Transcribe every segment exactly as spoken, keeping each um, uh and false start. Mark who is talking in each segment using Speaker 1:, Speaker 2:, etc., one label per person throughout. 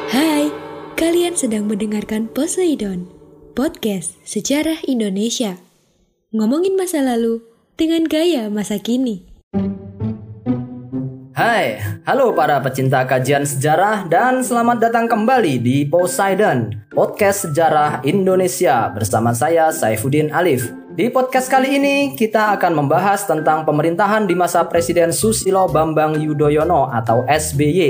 Speaker 1: Hai, kalian sedang mendengarkan Poseidon, podcast sejarah Indonesia. Ngomongin masa lalu dengan gaya masa kini.
Speaker 2: Hai, halo para pecinta kajian sejarah dan selamat datang kembali di Poseidon, podcast sejarah Indonesia bersama saya Saifuddin Alif. Di podcast kali ini kita akan membahas tentang pemerintahan di masa Presiden Susilo Bambang Yudhoyono atau S B Y.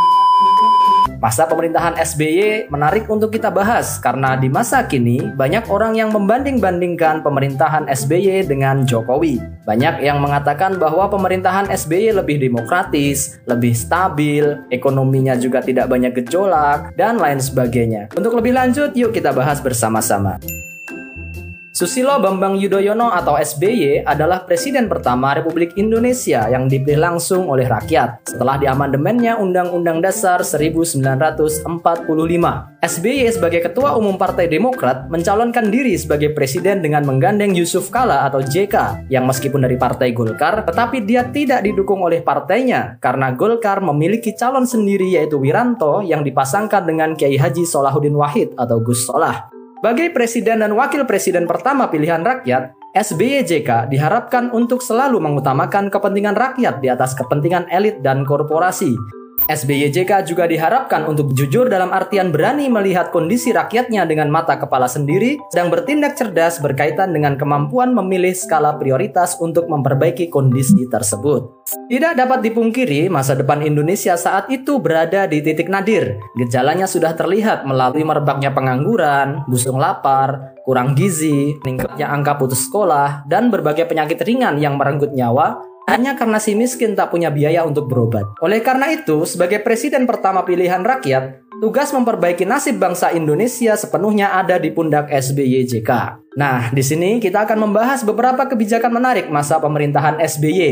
Speaker 2: Masa pemerintahan S B Y menarik untuk kita bahas karena di masa kini banyak orang yang membanding-bandingkan pemerintahan S B Y dengan Jokowi. Banyak yang mengatakan bahwa pemerintahan S B Y lebih demokratis, lebih stabil, ekonominya juga tidak banyak gejolak, dan lain sebagainya. Untuk lebih lanjut, yuk kita bahas bersama-sama. Susilo Bambang Yudhoyono atau S B Y adalah presiden pertama Republik Indonesia yang dipilih langsung oleh rakyat setelah diamandemennya Undang-Undang Dasar seribu sembilan ratus empat puluh lima. S B Y sebagai Ketua Umum Partai Demokrat mencalonkan diri sebagai presiden dengan menggandeng Yusuf Kala atau J K yang meskipun dari Partai Golkar tetapi dia tidak didukung oleh partainya karena Golkar memiliki calon sendiri yaitu Wiranto yang dipasangkan dengan Kiai Haji Solahuddin Wahid atau Gus Solah. Sebagai presiden dan wakil presiden pertama pilihan rakyat, S B Y J K diharapkan untuk selalu mengutamakan kepentingan rakyat di atas kepentingan elit dan korporasi. S B Y J K juga diharapkan untuk jujur dalam artian berani melihat kondisi rakyatnya dengan mata kepala sendiri dan bertindak cerdas berkaitan dengan kemampuan memilih skala prioritas untuk memperbaiki kondisi tersebut. Tidak dapat dipungkiri, masa depan Indonesia saat itu berada di titik nadir. Gejalanya sudah terlihat melalui merebaknya pengangguran, busung lapar, kurang gizi, meningkatnya angka putus sekolah, dan berbagai penyakit ringan yang merenggut nyawa hanya karena si miskin tak punya biaya untuk berobat. Oleh karena itu, sebagai presiden pertama pilihan rakyat, tugas memperbaiki nasib bangsa Indonesia sepenuhnya ada di pundak S B Y J K. Nah, di sini kita akan membahas beberapa kebijakan menarik masa pemerintahan S B Y.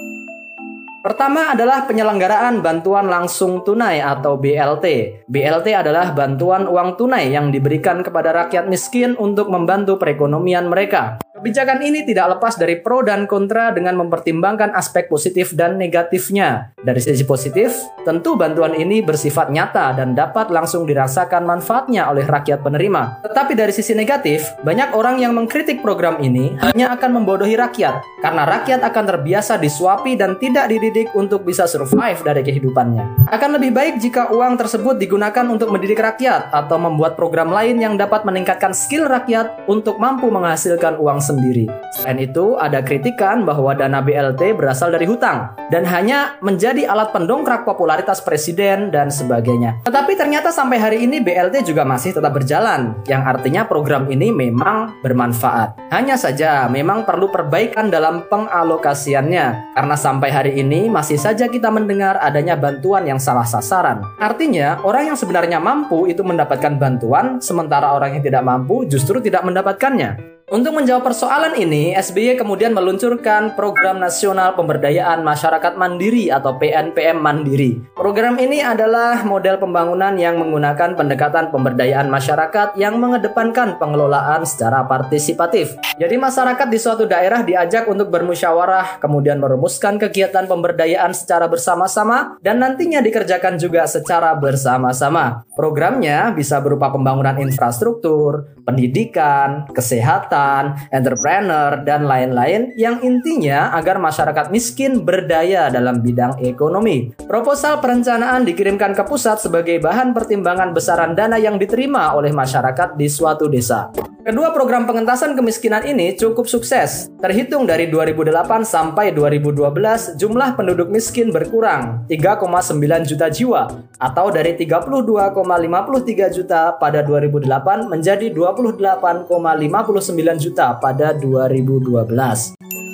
Speaker 2: Pertama adalah penyelenggaraan bantuan langsung tunai atau B L T. B L T adalah bantuan uang tunai yang diberikan kepada rakyat miskin untuk membantu perekonomian mereka. Kebijakan ini tidak lepas dari pro dan kontra dengan mempertimbangkan aspek positif dan negatifnya. Dari sisi positif, tentu bantuan ini bersifat nyata dan dapat langsung dirasakan manfaatnya oleh rakyat penerima. Tetapi dari sisi negatif, banyak orang yang mengkritik program ini hanya akan membodohi rakyat, karena rakyat akan terbiasa disuapi dan tidak dididik untuk bisa survive dari kehidupannya. Akan lebih baik jika uang tersebut digunakan untuk mendidik rakyat atau membuat program lain yang dapat meningkatkan skill rakyat untuk mampu menghasilkan uang sendiri. Selain itu, ada kritikan bahwa dana B L T berasal dari hutang dan hanya menjadi alat pendongkrak popularitas presiden dan sebagainya. Tetapi ternyata sampai hari ini B L T juga masih tetap berjalan, yang artinya program ini memang bermanfaat. Hanya saja memang perlu perbaikan dalam pengalokasiannya, karena sampai hari ini masih saja kita mendengar adanya bantuan yang salah sasaran. Artinya, orang yang sebenarnya mampu itu mendapatkan bantuan, sementara orang yang tidak mampu justru tidak mendapatkannya. Untuk menjawab persoalan ini, S B Y kemudian meluncurkan Program Nasional Pemberdayaan Masyarakat Mandiri atau P N P M Mandiri. Program ini adalah model pembangunan yang menggunakan pendekatan pemberdayaan masyarakat yang mengedepankan pengelolaan secara partisipatif. Jadi masyarakat di suatu daerah diajak untuk bermusyawarah, kemudian merumuskan kegiatan pemberdayaan secara bersama-sama, dan nantinya dikerjakan juga secara bersama-sama. Programnya bisa berupa pembangunan infrastruktur, pendidikan, kesehatan, entrepreneur, dan lain-lain yang intinya agar masyarakat miskin berdaya dalam bidang ekonomi. Proposal perencanaan dikirimkan ke pusat sebagai bahan pertimbangan besaran dana yang diterima oleh masyarakat di suatu desa. Kedua program pengentasan kemiskinan ini cukup sukses. Terhitung dari dua ribu delapan sampai dua ribu dua belas, jumlah penduduk miskin berkurang tiga koma sembilan juta jiwa atau dari tiga puluh dua koma lima puluh tiga juta pada dua ribu delapan menjadi dua puluh delapan koma lima puluh sembilan juta pada dua ribu dua belas.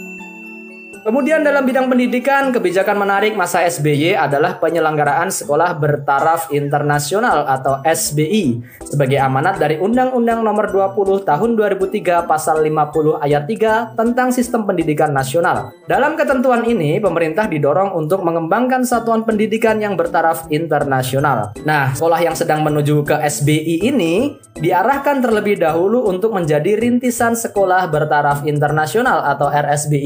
Speaker 2: Kemudian dalam bidang pendidikan, kebijakan menarik masa S B Y adalah penyelenggaraan sekolah bertaraf internasional atau S B I sebagai amanat dari Undang-Undang Nomor dua puluh Tahun dua ribu tiga Pasal lima puluh Ayat tiga tentang Sistem Pendidikan Nasional. Dalam ketentuan ini, pemerintah didorong untuk mengembangkan satuan pendidikan yang bertaraf internasional. Nah, sekolah yang sedang menuju ke S B I ini diarahkan terlebih dahulu untuk menjadi rintisan sekolah bertaraf internasional atau R S B I.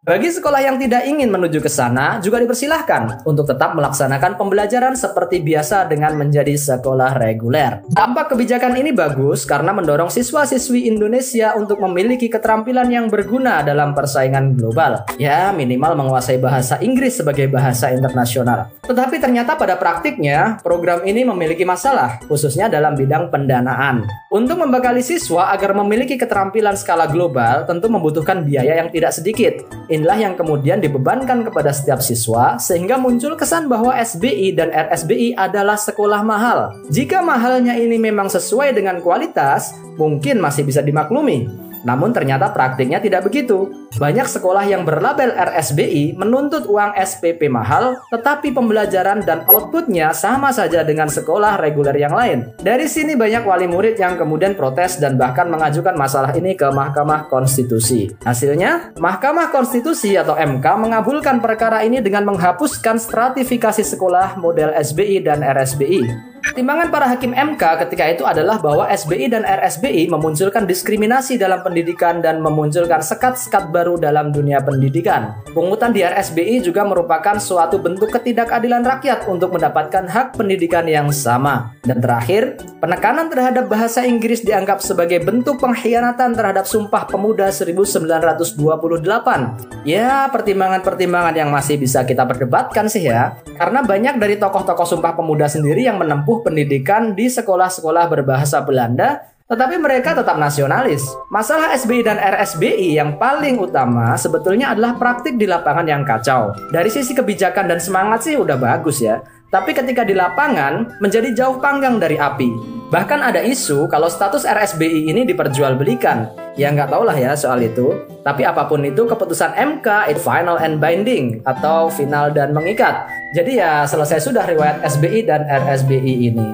Speaker 2: Bagi sekolah yang tidak ingin menuju ke sana, juga dipersilahkan untuk tetap melaksanakan pembelajaran seperti biasa dengan menjadi sekolah reguler. Tampak kebijakan ini bagus karena mendorong siswa-siswi Indonesia untuk memiliki keterampilan yang berguna dalam persaingan global. Ya, minimal menguasai bahasa Inggris sebagai bahasa internasional. Tetapi ternyata pada praktiknya, program ini memiliki masalah, khususnya dalam bidang pendanaan. Untuk membekali siswa agar memiliki keterampilan skala global, tentu membutuhkan biaya yang tidak sedikit. Inilah yang kemudian dibebankan kepada setiap siswa, sehingga muncul kesan bahwa S B I dan R S B I adalah sekolah mahal. Jika mahalnya ini memang sesuai dengan kualitas, mungkin masih bisa dimaklumi. Namun ternyata praktiknya tidak begitu. Banyak sekolah yang berlabel R S B I menuntut uang S P P mahal, tetapi pembelajaran dan outputnya sama saja dengan sekolah reguler yang lain. Dari sini banyak wali murid yang kemudian protes dan bahkan mengajukan masalah ini ke Mahkamah Konstitusi. Hasilnya, Mahkamah Konstitusi atau M K mengabulkan perkara ini dengan menghapuskan stratifikasi sekolah model S B I dan R S B I. Timbangan para hakim M K ketika itu adalah bahwa S B I dan R S B I memunculkan diskriminasi dalam pendidikan dan memunculkan sekat-sekat baru dalam dunia pendidikan. Pungutan di R S B I juga merupakan suatu bentuk ketidakadilan rakyat untuk mendapatkan hak pendidikan yang sama. Dan terakhir, penekanan terhadap bahasa Inggris dianggap sebagai bentuk pengkhianatan terhadap Sumpah Pemuda seribu sembilan ratus dua puluh delapan. Ya, pertimbangan-pertimbangan yang masih bisa kita perdebatkan sih ya. Karena banyak dari tokoh-tokoh Sumpah Pemuda sendiri yang menempuh pendidikan di sekolah-sekolah berbahasa Belanda, tetapi mereka tetap nasionalis. Masalah S B I dan R S B I yang paling utama sebetulnya adalah praktik di lapangan yang kacau. Dari sisi kebijakan dan semangat sih udah bagus ya, tapi ketika di lapangan menjadi jauh panggang dari api. Bahkan ada isu kalau status R S B I ini diperjualbelikan. Ya nggak tau lah ya soal itu. Tapi apapun itu, keputusan M K it final and binding atau final dan mengikat. Jadi ya selesai sudah riwayat S B I dan R S B I ini.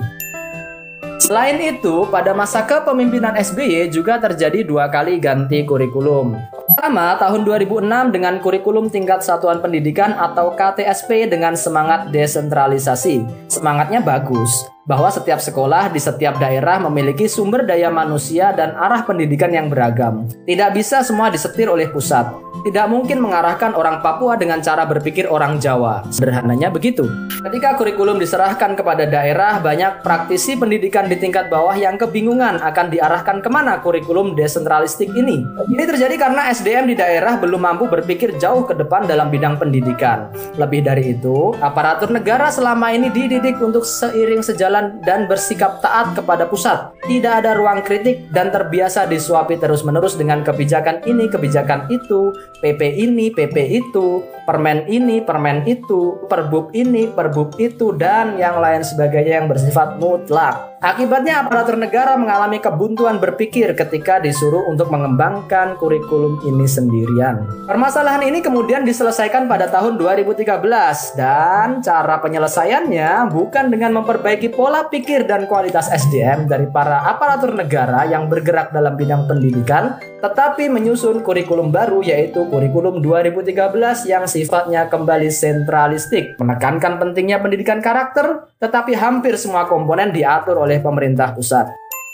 Speaker 2: Selain itu, pada masa kepemimpinan S B Y juga terjadi dua kali ganti kurikulum. Pertama, tahun dua ribu enam dengan kurikulum tingkat satuan pendidikan atau K T S P dengan semangat desentralisasi. Semangatnya bagus, bahwa setiap sekolah di setiap daerah memiliki sumber daya manusia dan arah pendidikan yang beragam. Tidak bisa semua disetir oleh pusat. Tidak mungkin mengarahkan orang Papua dengan cara berpikir orang Jawa. Sederhananya begitu. Ketika kurikulum diserahkan kepada daerah, banyak praktisi pendidikan di tingkat bawah yang kebingungan akan diarahkan kemana kurikulum desentralistik ini. Ini terjadi karena S D M di daerah belum mampu berpikir jauh ke depan dalam bidang pendidikan. Lebih dari itu, aparatur negara selama ini dididik untuk seiring sejalan dan bersikap taat kepada pusat. Tidak ada ruang kritik dan terbiasa disuapi terus-menerus dengan kebijakan ini, kebijakan itu, P P ini, P P itu, permen ini, permen itu, perbub ini, perbub itu, dan yang lain sebagainya yang bersifat mutlak. Akibatnya aparatur negara mengalami kebuntuan berpikir ketika disuruh untuk mengembangkan kurikulum ini sendirian. Permasalahan ini kemudian diselesaikan pada tahun dua ribu tiga belas dan cara penyelesaiannya bukan dengan memperbaiki pola pikir dan kualitas S D M dari para aparatur negara yang bergerak dalam bidang pendidikan, tetapi menyusun kurikulum baru yaitu kurikulum dua ribu tiga belas yang sifatnya kembali sentralistik, menekankan pentingnya pendidikan karakter, tetapi hampir semua komponen diatur oleh pemerintah pusat.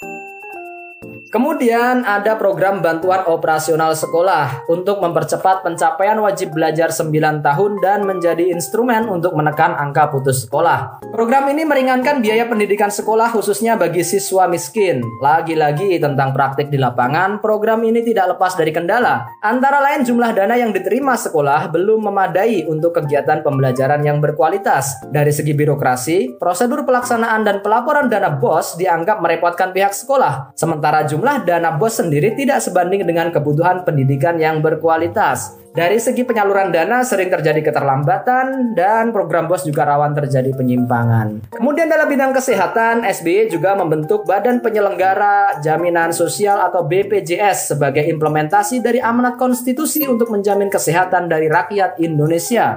Speaker 2: Kemudian ada program bantuan operasional sekolah untuk mempercepat pencapaian wajib belajar sembilan tahun dan menjadi instrumen untuk menekan angka putus sekolah. Program ini meringankan biaya pendidikan sekolah khususnya bagi siswa miskin. Lagi-lagi tentang praktik di lapangan, program ini tidak lepas dari kendala. Antara lain jumlah dana yang diterima sekolah belum memadai untuk kegiatan pembelajaran yang berkualitas. Dari segi birokrasi, prosedur pelaksanaan dan pelaporan dana B O S dianggap merepotkan pihak sekolah. Sementara jumlah Jumlah dana B O S sendiri tidak sebanding dengan kebutuhan pendidikan yang berkualitas. Dari segi penyaluran dana sering terjadi keterlambatan dan program B O S juga rawan terjadi penyimpangan. Kemudian dalam bidang kesehatan, S B Y juga membentuk Badan Penyelenggara Jaminan Sosial atau B P J S sebagai implementasi dari amanat konstitusi untuk menjamin kesehatan dari rakyat Indonesia.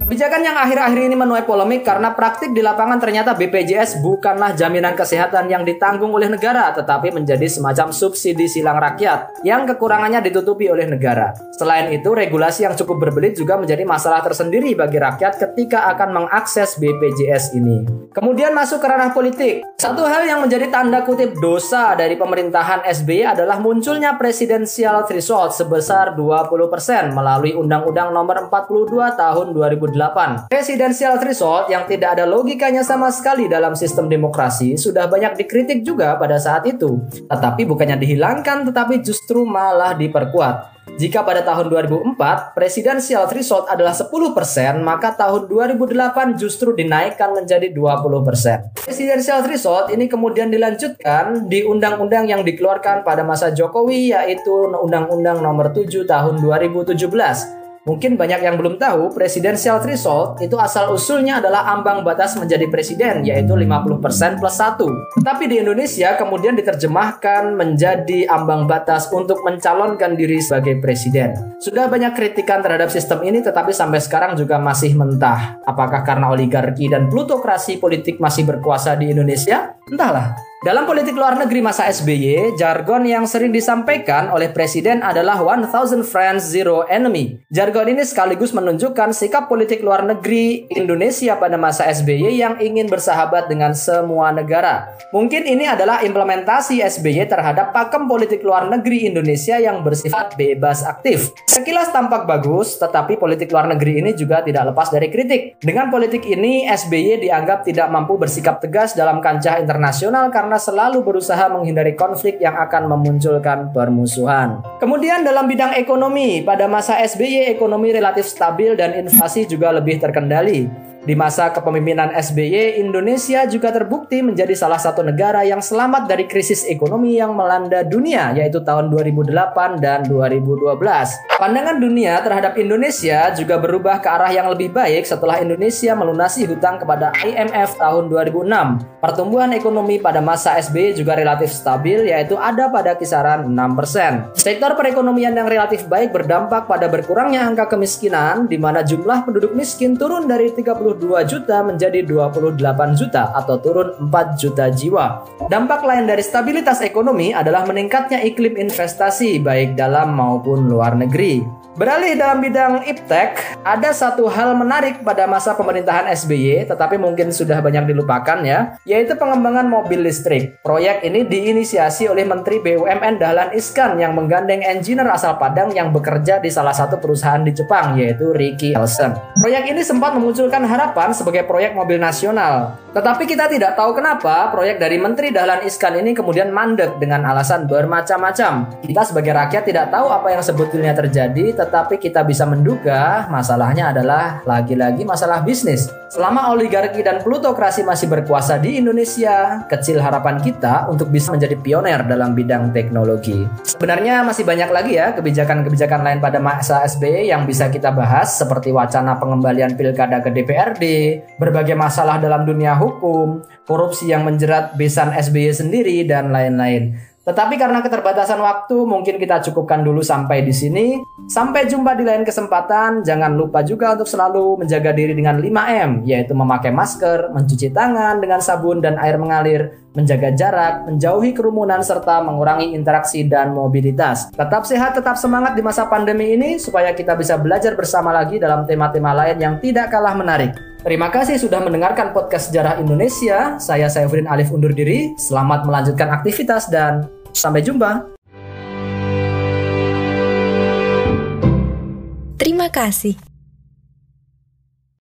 Speaker 2: Kebijakan yang akhir-akhir ini menuai polemik karena praktik di lapangan ternyata B P J S bukanlah jaminan kesehatan yang ditanggung oleh negara, tetapi menjadi semacam subsidi silang rakyat yang kekurangannya ditutupi oleh negara. Selain itu, regulasi yang cukup berbelit juga menjadi masalah tersendiri bagi rakyat ketika akan mengakses B P J S ini. Kemudian masuk ke ranah politik. Satu hal yang menjadi tanda kutip dosa dari pemerintahan S B Y adalah munculnya presidensial threshold sebesar dua puluh persen melalui Undang-Undang Nomor empat puluh dua Tahun dua ribu delapan. Presidensial threshold yang tidak ada logikanya sama sekali dalam sistem demokrasi sudah banyak dikritik juga pada saat itu. Tetapi bukannya dihilangkan, tetapi justru malah diperkuat. Jika pada tahun dua ribu empat presidensial threshold adalah sepuluh persen, maka tahun dua ribu delapan justru dinaikkan menjadi dua puluh persen. Presidensial threshold ini kemudian dilanjutkan di undang-undang yang dikeluarkan pada masa Jokowi, yaitu Undang-Undang Nomor tujuh Tahun dua ribu tujuh belas. Mungkin banyak yang belum tahu, presidensial threshold itu asal-usulnya adalah ambang batas menjadi presiden, yaitu lima puluh persen plus satu. Tapi di Indonesia kemudian diterjemahkan menjadi ambang batas untuk mencalonkan diri sebagai presiden. Sudah banyak kritikan terhadap sistem ini, tetapi sampai sekarang juga masih mentah. Apakah karena oligarki dan plutokrasi politik masih berkuasa di Indonesia? Entahlah. Dalam politik luar negeri masa S B Y, jargon yang sering disampaikan oleh presiden adalah one thousand friends, zero enemy. Jargon ini sekaligus menunjukkan sikap politik luar negeri Indonesia pada masa S B Y yang ingin bersahabat dengan semua negara. Mungkin ini adalah implementasi S B Y terhadap pakem politik luar negeri Indonesia yang bersifat bebas aktif. Sekilas tampak bagus, tetapi politik luar negeri ini juga tidak lepas dari kritik. Dengan politik ini, S B Y dianggap tidak mampu bersikap tegas dalam kancah internasional karena selalu berusaha menghindari konflik yang akan memunculkan permusuhan. Kemudian dalam bidang ekonomi, pada masa S B Y ekonomi relatif stabil dan inflasi juga lebih terkendali. Di masa kepemimpinan S B Y, Indonesia juga terbukti menjadi salah satu negara yang selamat dari krisis ekonomi yang melanda dunia, yaitu tahun dua ribu delapan dan dua ribu dua belas. Pandangan dunia terhadap Indonesia juga berubah ke arah yang lebih baik setelah Indonesia melunasi hutang kepada I M F tahun dua ribu enam. Pertumbuhan ekonomi pada masa S B Y juga relatif stabil, yaitu ada pada kisaran enam persen. Sektor perekonomian yang relatif baik berdampak pada berkurangnya angka kemiskinan, di mana jumlah penduduk miskin turun dari tiga puluh dua juta menjadi dua puluh delapan juta atau turun empat juta jiwa. Dampak lain dari stabilitas ekonomi adalah meningkatnya iklim investasi baik dalam maupun luar negeri. Beralih dalam bidang iptek, ada satu hal menarik pada masa pemerintahan S B Y, tetapi mungkin sudah banyak dilupakan ya, yaitu pengembangan mobil listrik. Proyek ini diinisiasi oleh Menteri B U M N Dahlan Iskan yang menggandeng engineer asal Padang yang bekerja di salah satu perusahaan di Jepang, yaitu Ricky Elson. Proyek ini sempat memunculkan harapan sebagai proyek mobil nasional. Tetapi kita tidak tahu kenapa proyek dari Menteri Dahlan Iskan ini kemudian mandek dengan alasan bermacam-macam. Kita sebagai rakyat tidak tahu apa yang sebetulnya terjadi, tetapi kita bisa menduga masalahnya adalah lagi-lagi masalah bisnis. Selama oligarki dan plutokrasi masih berkuasa di Indonesia, kecil harapan kita untuk bisa menjadi pioner dalam bidang teknologi. Sebenarnya masih banyak lagi ya kebijakan-kebijakan lain pada masa S B Y yang bisa kita bahas, seperti wacana pengembalian pilkada ke D P R D, berbagai masalah dalam dunia hukum, korupsi yang menjerat besan S B Y sendiri, dan lain-lain. Tetapi karena keterbatasan waktu, mungkin kita cukupkan dulu sampai di sini. Sampai jumpa di lain kesempatan. Jangan lupa juga untuk selalu menjaga diri dengan lima M, yaitu memakai masker, mencuci tangan dengan sabun dan air mengalir, menjaga jarak, menjauhi kerumunan, serta mengurangi interaksi dan mobilitas. Tetap sehat, tetap semangat di masa pandemi ini, supaya kita bisa belajar bersama lagi dalam tema-tema lain yang tidak kalah menarik. Terima kasih sudah mendengarkan podcast Sejarah Indonesia. Saya Saifuddin Alif undur diri. Selamat melanjutkan aktivitas dan sampai jumpa.
Speaker 1: Terima kasih.